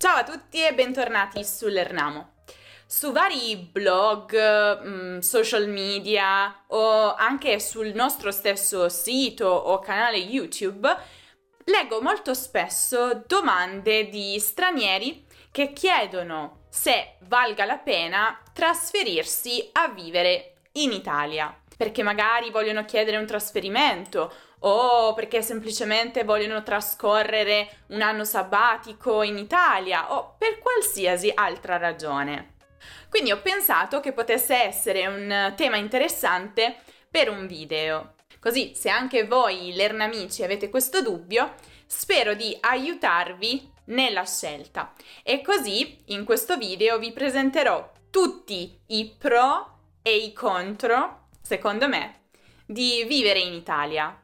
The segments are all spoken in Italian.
Ciao a tutti e bentornati su Lernamo. Su vari blog, social media o anche sul nostro stesso sito o canale YouTube leggo molto spesso domande di stranieri che chiedono se valga la pena trasferirsi a vivere in Italia, perché magari vogliono chiedere un trasferimento o perché semplicemente vogliono trascorrere un anno sabbatico in Italia o per qualsiasi altra ragione. Quindi ho pensato che potesse essere un tema interessante per un video. Così, se anche voi lernamici avete questo dubbio, spero di aiutarvi nella scelta. E così, in questo video vi presenterò tutti i pro e i contro, secondo me, di vivere in Italia.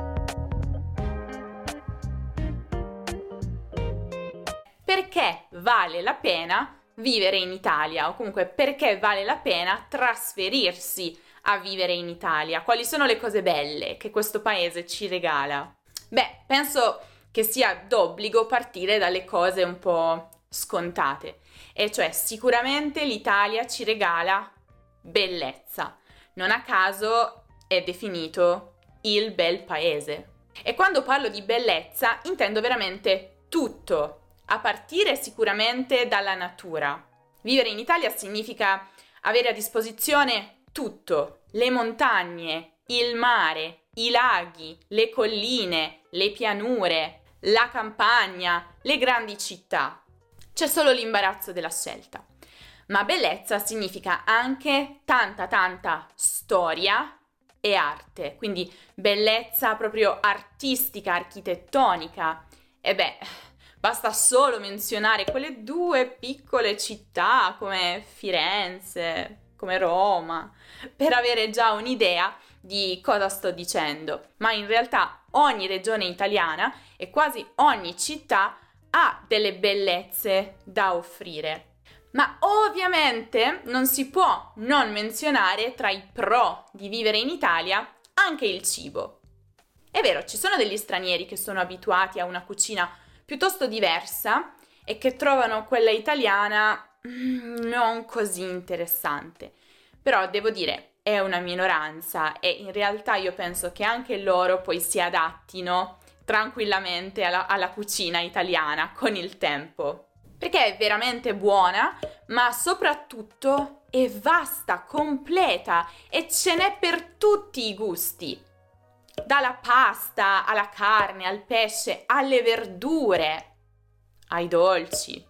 Perché vale la pena vivere in Italia o comunque perché vale la pena trasferirsi a vivere in Italia? Quali sono le cose belle che questo paese ci regala? Beh, penso che sia d'obbligo partire dalle cose un po' scontate, e cioè sicuramente l'Italia ci regala bellezza. Non a caso è definito il bel paese. E quando parlo di bellezza intendo veramente tutto, a partire sicuramente dalla natura. Vivere in Italia significa avere a disposizione tutto: le montagne, il mare, i laghi, le colline, le pianure, la campagna, le grandi città. C'è solo l'imbarazzo della scelta. Ma bellezza significa anche tanta storia e arte, quindi bellezza proprio artistica, architettonica. E beh, basta solo menzionare quelle due piccole città come Firenze, come Roma, per avere già un'idea di cosa sto dicendo. Ma in realtà ogni regione italiana e quasi ogni città ha delle bellezze da offrire. Ma ovviamente non si può non menzionare tra i pro di vivere in Italia anche il cibo. È vero, ci sono degli stranieri che sono abituati a una cucina piuttosto diversa e che trovano quella italiana non così interessante. Però devo dire, è una minoranza e in realtà io penso che anche loro poi si adattino tranquillamente alla cucina italiana con il tempo. Perché è veramente buona, ma soprattutto è vasta, completa e ce n'è per tutti i gusti. Dalla pasta, alla carne, al pesce, alle verdure, ai dolci.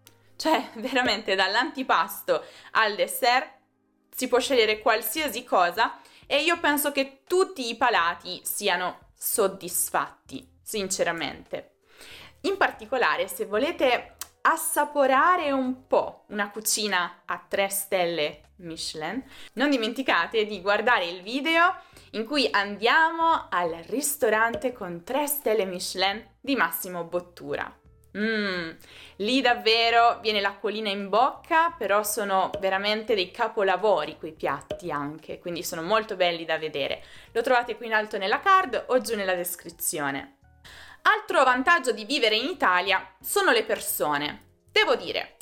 Cioè, veramente dall'antipasto al dessert si può scegliere qualsiasi cosa e io penso che tutti i palati siano soddisfatti, sinceramente. In particolare, se volete assaporare un po' una cucina a 3 stelle Michelin, non dimenticate di guardare il video in cui andiamo al ristorante con 3 stelle Michelin di Massimo Bottura. Lì davvero viene l'acquolina in bocca, però sono veramente dei capolavori quei piatti anche, quindi sono molto belli da vedere. Lo trovate qui in alto nella card o giù nella descrizione. Altro vantaggio di vivere in Italia sono le persone. Devo dire,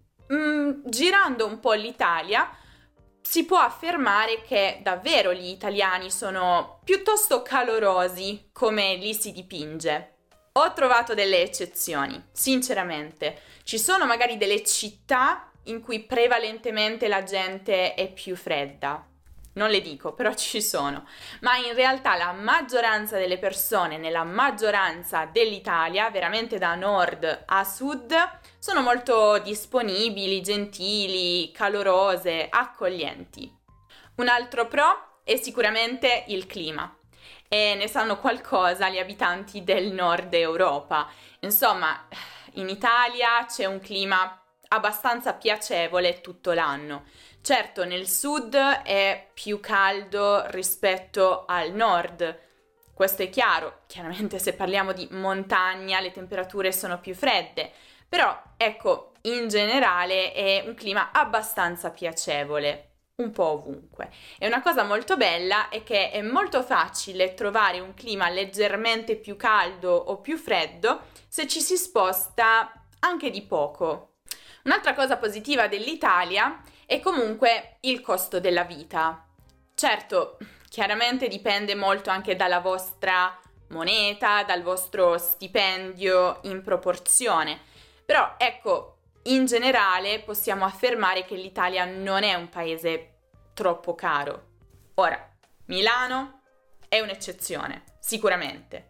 girando un po' l'Italia, si può affermare che davvero gli italiani sono piuttosto calorosi, come li si dipinge. Ho trovato delle eccezioni, sinceramente. Ci sono magari delle città in cui prevalentemente la gente è più fredda. Non le dico, però ci sono. Ma in realtà la maggioranza delle persone nella maggioranza dell'Italia, veramente da nord a sud, sono molto disponibili, gentili, calorose, accoglienti. Un altro pro è sicuramente il clima. E ne sanno qualcosa gli abitanti del nord Europa. Insomma, in Italia c'è un clima abbastanza piacevole tutto l'anno. Certo, nel sud è più caldo rispetto al nord. Questo è chiaro. Chiaramente se parliamo di montagna le temperature sono più fredde. Però, ecco, in generale è un clima abbastanza piacevole. Un po' ovunque. E una cosa molto bella è che è molto facile trovare un clima leggermente più caldo o più freddo se ci si sposta anche di poco. Un'altra cosa positiva dell'Italia è comunque il costo della vita. Certo, chiaramente dipende molto anche dalla vostra moneta, dal vostro stipendio in proporzione, però ecco, in generale possiamo affermare che l'Italia non è un paese troppo caro. Ora, Milano è un'eccezione, sicuramente.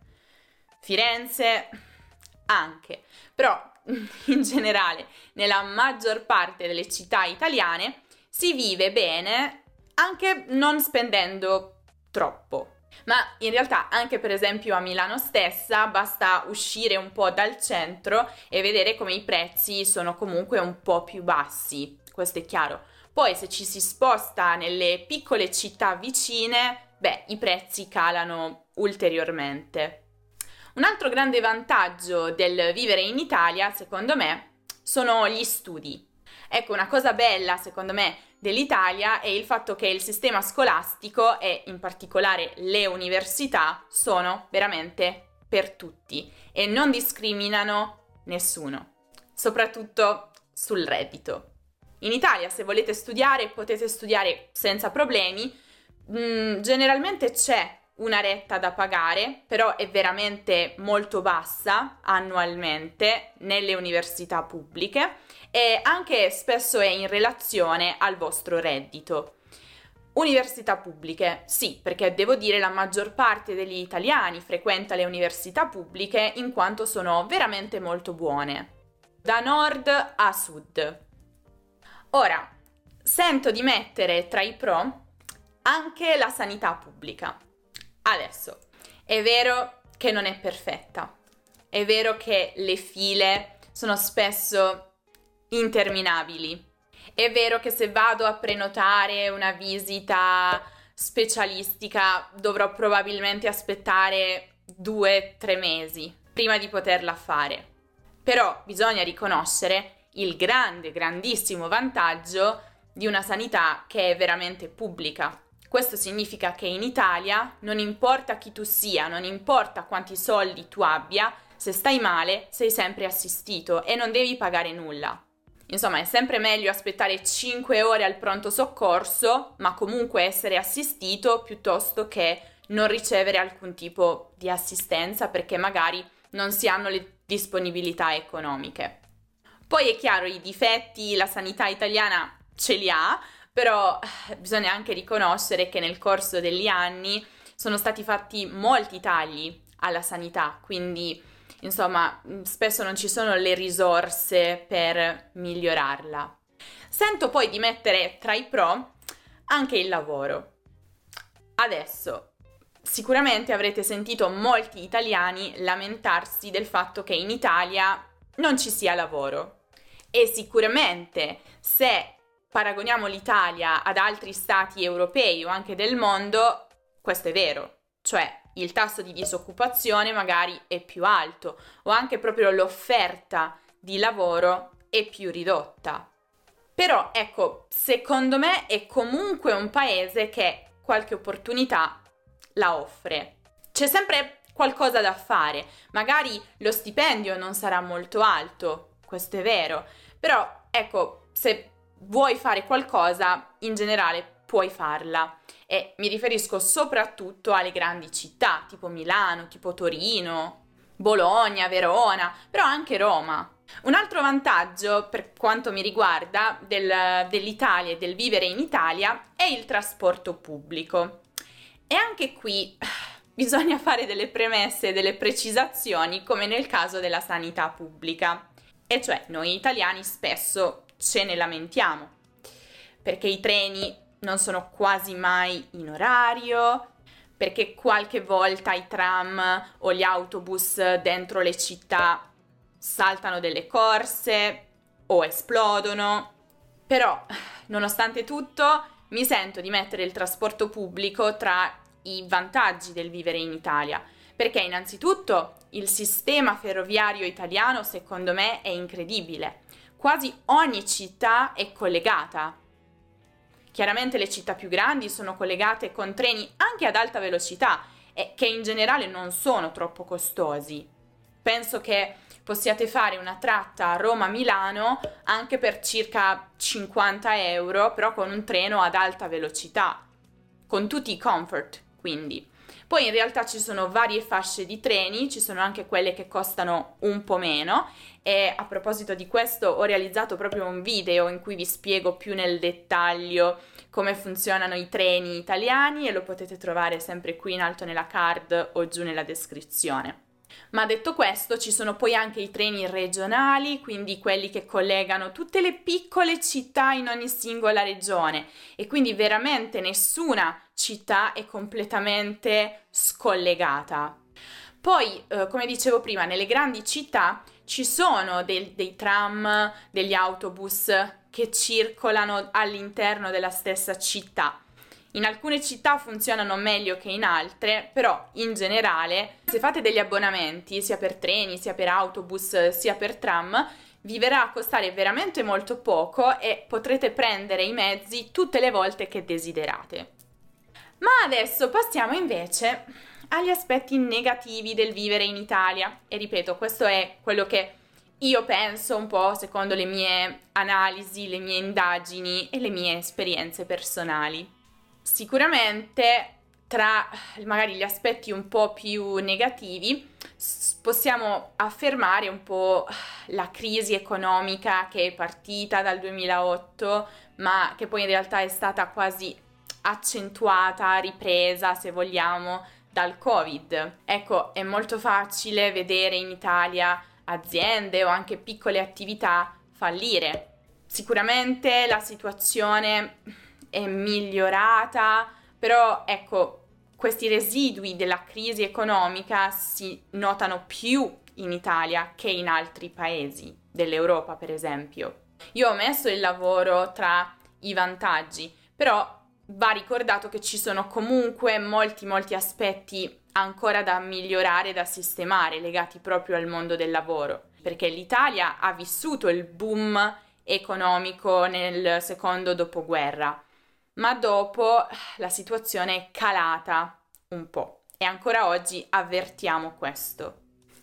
Firenze anche, però in generale nella maggior parte delle città italiane si vive bene anche non spendendo troppo. Ma in realtà anche per esempio a Milano stessa basta uscire un po' dal centro e vedere come i prezzi sono comunque un po' più bassi, questo è chiaro. Poi se ci si sposta nelle piccole città vicine, i prezzi calano ulteriormente. Un altro grande vantaggio del vivere in Italia, secondo me, sono gli studi. Ecco, una cosa bella, secondo me, dell'Italia è il fatto che il sistema scolastico e in particolare le università sono veramente per tutti e non discriminano nessuno, soprattutto sul reddito. In Italia, se volete studiare, potete studiare senza problemi. Generalmente c'è una retta da pagare, però è veramente molto bassa annualmente nelle università pubbliche e anche spesso è in relazione al vostro reddito. Università pubbliche, sì, perché devo dire la maggior parte degli italiani frequenta le università pubbliche in quanto sono veramente molto buone, da nord a sud. Ora, sento di mettere tra i pro anche la sanità pubblica. Adesso, è vero che non è perfetta, è vero che le file sono spesso interminabili, è vero che se vado a prenotare una visita specialistica dovrò probabilmente aspettare 2-3 mesi prima di poterla fare, però bisogna riconoscere il grandissimo vantaggio di una sanità che è veramente pubblica. Questo significa che in Italia non importa chi tu sia, non importa quanti soldi tu abbia, se stai male sei sempre assistito e non devi pagare nulla. Insomma, è sempre meglio aspettare 5 ore al pronto soccorso, ma comunque essere assistito piuttosto che non ricevere alcun tipo di assistenza perché magari non si hanno le disponibilità economiche. Poi è chiaro, i difetti la sanità italiana ce li ha, però bisogna anche riconoscere che nel corso degli anni sono stati fatti molti tagli alla sanità, quindi insomma spesso non ci sono le risorse per migliorarla. Sento poi di mettere tra i pro anche il lavoro. Adesso, sicuramente avrete sentito molti italiani lamentarsi del fatto che in Italia non ci sia lavoro. E sicuramente se paragoniamo l'Italia ad altri stati europei o anche del mondo, questo è vero, cioè il tasso di disoccupazione magari è più alto o anche proprio l'offerta di lavoro è più ridotta. Però ecco, secondo me è comunque un paese che qualche opportunità la offre. C'è sempre qualcosa da fare, magari lo stipendio non sarà molto alto, questo è vero, però ecco, se vuoi fare qualcosa, in generale puoi farla. E mi riferisco soprattutto alle grandi città, tipo Milano, tipo Torino, Bologna, Verona, però anche Roma. Un altro vantaggio, per quanto mi riguarda, dell'Italia e del vivere in Italia è il trasporto pubblico. E anche qui bisogna fare delle premesse, delle precisazioni, come nel caso della sanità pubblica. E cioè, noi italiani spesso ce ne lamentiamo, perché i treni non sono quasi mai in orario, perché qualche volta i tram o gli autobus dentro le città saltano delle corse o esplodono. Però, nonostante tutto, mi sento di mettere il trasporto pubblico tra i vantaggi del vivere in Italia, perché innanzitutto il sistema ferroviario italiano secondo me è incredibile. Quasi ogni città è collegata. Chiaramente le città più grandi sono collegate con treni anche ad alta velocità e che in generale non sono troppo costosi. Penso che possiate fare una tratta Roma-Milano anche per circa 50 euro, però con un treno ad alta velocità, con tutti i comfort, quindi. Poi in realtà ci sono varie fasce di treni, ci sono anche quelle che costano un po' meno, e a proposito di questo ho realizzato proprio un video in cui vi spiego più nel dettaglio come funzionano i treni italiani e lo potete trovare sempre qui in alto nella card o giù nella descrizione. Ma detto questo, ci sono poi anche i treni regionali, quindi quelli che collegano tutte le piccole città in ogni singola regione, e quindi veramente nessuna città è completamente scollegata. Poi, come dicevo prima, nelle grandi città ci sono dei tram, degli autobus che circolano all'interno della stessa città. In alcune città funzionano meglio che in altre, però in generale, se fate degli abbonamenti sia per treni, sia per autobus, sia per tram, vi verrà a costare veramente molto poco e potrete prendere i mezzi tutte le volte che desiderate. Ma adesso passiamo invece agli aspetti negativi del vivere in Italia. E ripeto, questo è quello che io penso un po' secondo le mie analisi, le mie indagini e le mie esperienze personali. Sicuramente tra magari gli aspetti un po' più negativi possiamo affermare un po' la crisi economica che è partita dal 2008, ma che poi in realtà è stata quasi accentuata, ripresa, se vogliamo, dal Covid. Ecco, è molto facile vedere in Italia aziende o anche piccole attività fallire. Sicuramente la situazione è migliorata, però ecco, questi residui della crisi economica si notano più in Italia che in altri paesi dell'Europa, per esempio. Io ho messo il lavoro tra i vantaggi, però va ricordato che ci sono comunque molti aspetti ancora da migliorare, da sistemare, legati proprio al mondo del lavoro, perché l'Italia ha vissuto il boom economico nel secondo dopoguerra, ma dopo la situazione è calata un po' e ancora oggi avvertiamo questo.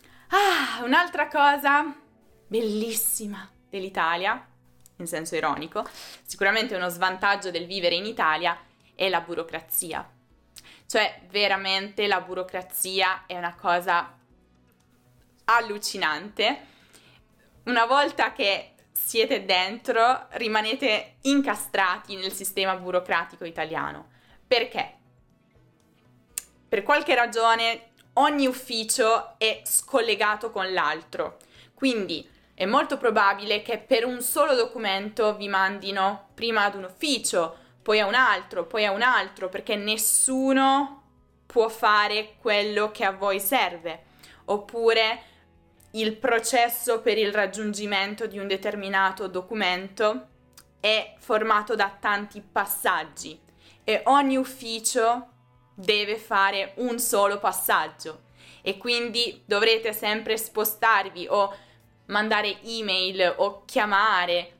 Un'altra cosa bellissima dell'Italia, in senso ironico, sicuramente uno svantaggio del vivere in Italia è la burocrazia. Cioè, veramente la burocrazia è una cosa allucinante. Una volta che siete dentro, rimanete incastrati nel sistema burocratico italiano. Perché? Per qualche ragione ogni ufficio è scollegato con l'altro, quindi è molto probabile che per un solo documento vi mandino prima ad un ufficio, poi a un altro, perché nessuno può fare quello che a voi serve. Oppure il processo per il raggiungimento di un determinato documento è formato da tanti passaggi e ogni ufficio deve fare un solo passaggio e quindi dovrete sempre spostarvi o mandare email o chiamare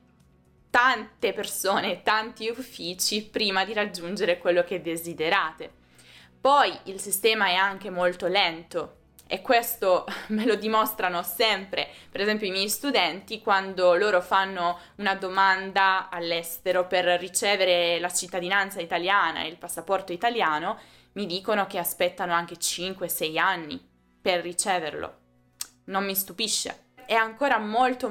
tante persone, tanti uffici prima di raggiungere quello che desiderate. Poi il sistema è anche molto lento e questo me lo dimostrano sempre, per esempio i miei studenti, quando loro fanno una domanda all'estero per ricevere la cittadinanza italiana e il passaporto italiano, mi dicono che aspettano anche 5-6 anni per riceverlo. Non mi stupisce. È ancora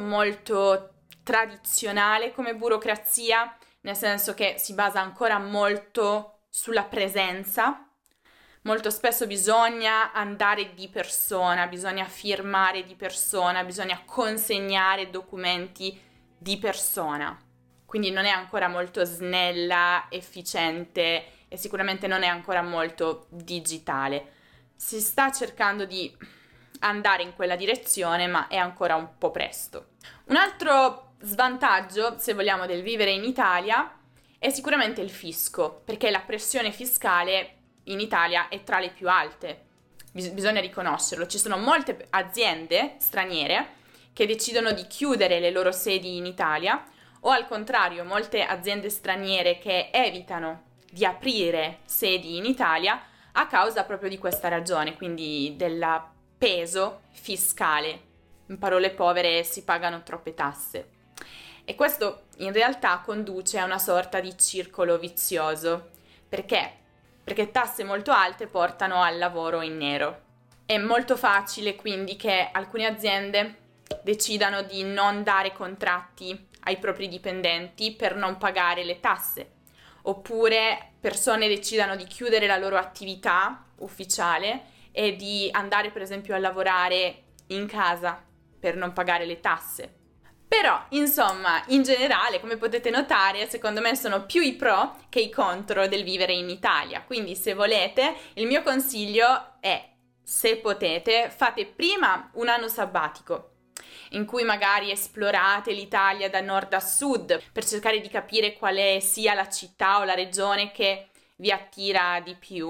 molto tradizionale come burocrazia, nel senso che si basa ancora molto sulla presenza. Molto spesso bisogna andare di persona, bisogna firmare di persona, bisogna consegnare documenti di persona. Quindi non è ancora molto snella, efficiente e sicuramente non è ancora molto digitale. Si sta cercando di andare in quella direzione, ma è ancora un po' presto. Un altro svantaggio, se vogliamo, del vivere in Italia è sicuramente il fisco, perché la pressione fiscale in Italia è tra le più alte. Bisogna riconoscerlo. Ci sono molte aziende straniere che decidono di chiudere le loro sedi in Italia o al contrario, molte aziende straniere che evitano di aprire sedi in Italia a causa proprio di questa ragione, quindi del peso fiscale In parole povere, si pagano troppe tasse. E questo in realtà conduce a una sorta di circolo vizioso. Perché? Perché tasse molto alte portano al lavoro in nero. È molto facile quindi che alcune aziende decidano di non dare contratti ai propri dipendenti per non pagare le tasse, oppure persone decidano di chiudere la loro attività ufficiale e di andare per esempio a lavorare in casa per non pagare le tasse. Però, insomma, in generale, come potete notare, secondo me sono più i pro che i contro del vivere in Italia. Quindi, se volete, il mio consiglio è, se potete, fate prima un anno sabbatico, in cui magari esplorate l'Italia da nord a sud per cercare di capire quale sia la città o la regione che vi attira di più.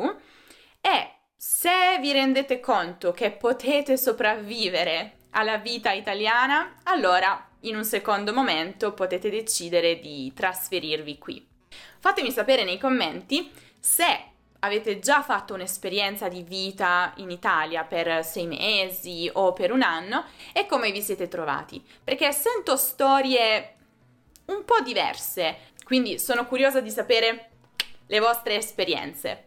E se vi rendete conto che potete sopravvivere alla vita italiana, allora in un secondo momento potete decidere di trasferirvi qui. Fatemi sapere nei commenti se avete già fatto un'esperienza di vita in Italia per 6 mesi o per un anno e come vi siete trovati, perché sento storie un po' diverse, quindi sono curiosa di sapere le vostre esperienze.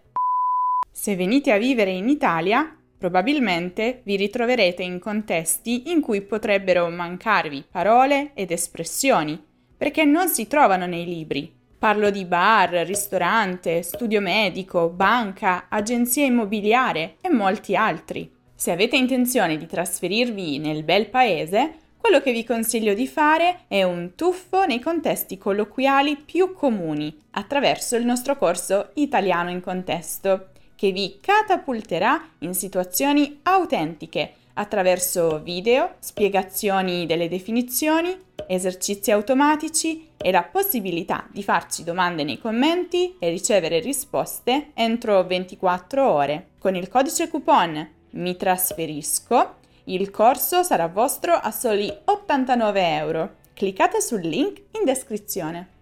Se venite a vivere in Italia, probabilmente vi ritroverete in contesti in cui potrebbero mancarvi parole ed espressioni, perché non si trovano nei libri. Parlo di bar, ristorante, studio medico, banca, agenzia immobiliare e molti altri. Se avete intenzione di trasferirvi nel bel paese, quello che vi consiglio di fare è un tuffo nei contesti colloquiali più comuni, attraverso il nostro corso Italiano in Contesto, che vi catapulterà in situazioni autentiche attraverso video, spiegazioni delle definizioni, esercizi automatici e la possibilità di farci domande nei commenti e ricevere risposte entro 24 ore. Con il codice coupon Mi Trasferisco il corso sarà vostro a soli 89 euro. Cliccate sul link in descrizione.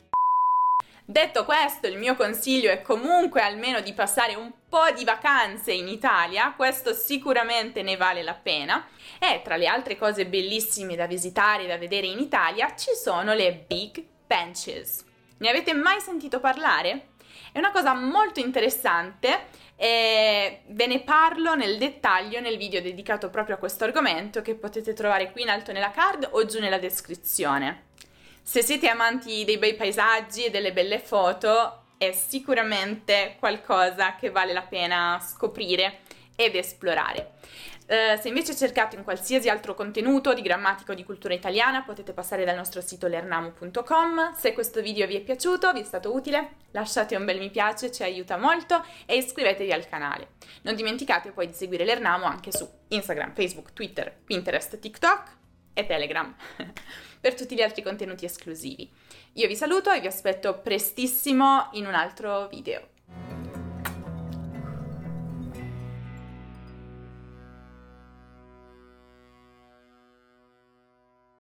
Detto questo, il mio consiglio è comunque almeno di passare un po' di vacanze in Italia, questo sicuramente ne vale la pena. E tra le altre cose bellissime da visitare e da vedere in Italia ci sono le Big Benches. Ne avete mai sentito parlare? È una cosa molto interessante e ve ne parlo nel dettaglio nel video dedicato proprio a questo argomento che potete trovare qui in alto nella card o giù nella descrizione. Se siete amanti dei bei paesaggi e delle belle foto, è sicuramente qualcosa che vale la pena scoprire ed esplorare. Se invece cercate un qualsiasi altro contenuto di grammatica o di cultura italiana, potete passare dal nostro sito learnamo.com. Se questo video vi è piaciuto, vi è stato utile, lasciate un bel mi piace, ci aiuta molto, e iscrivetevi al canale. Non dimenticate poi di seguire Learnamo anche su Instagram, Facebook, Twitter, Pinterest, TikTok e Telegram per tutti gli altri contenuti esclusivi. Io vi saluto e vi aspetto prestissimo in un altro video.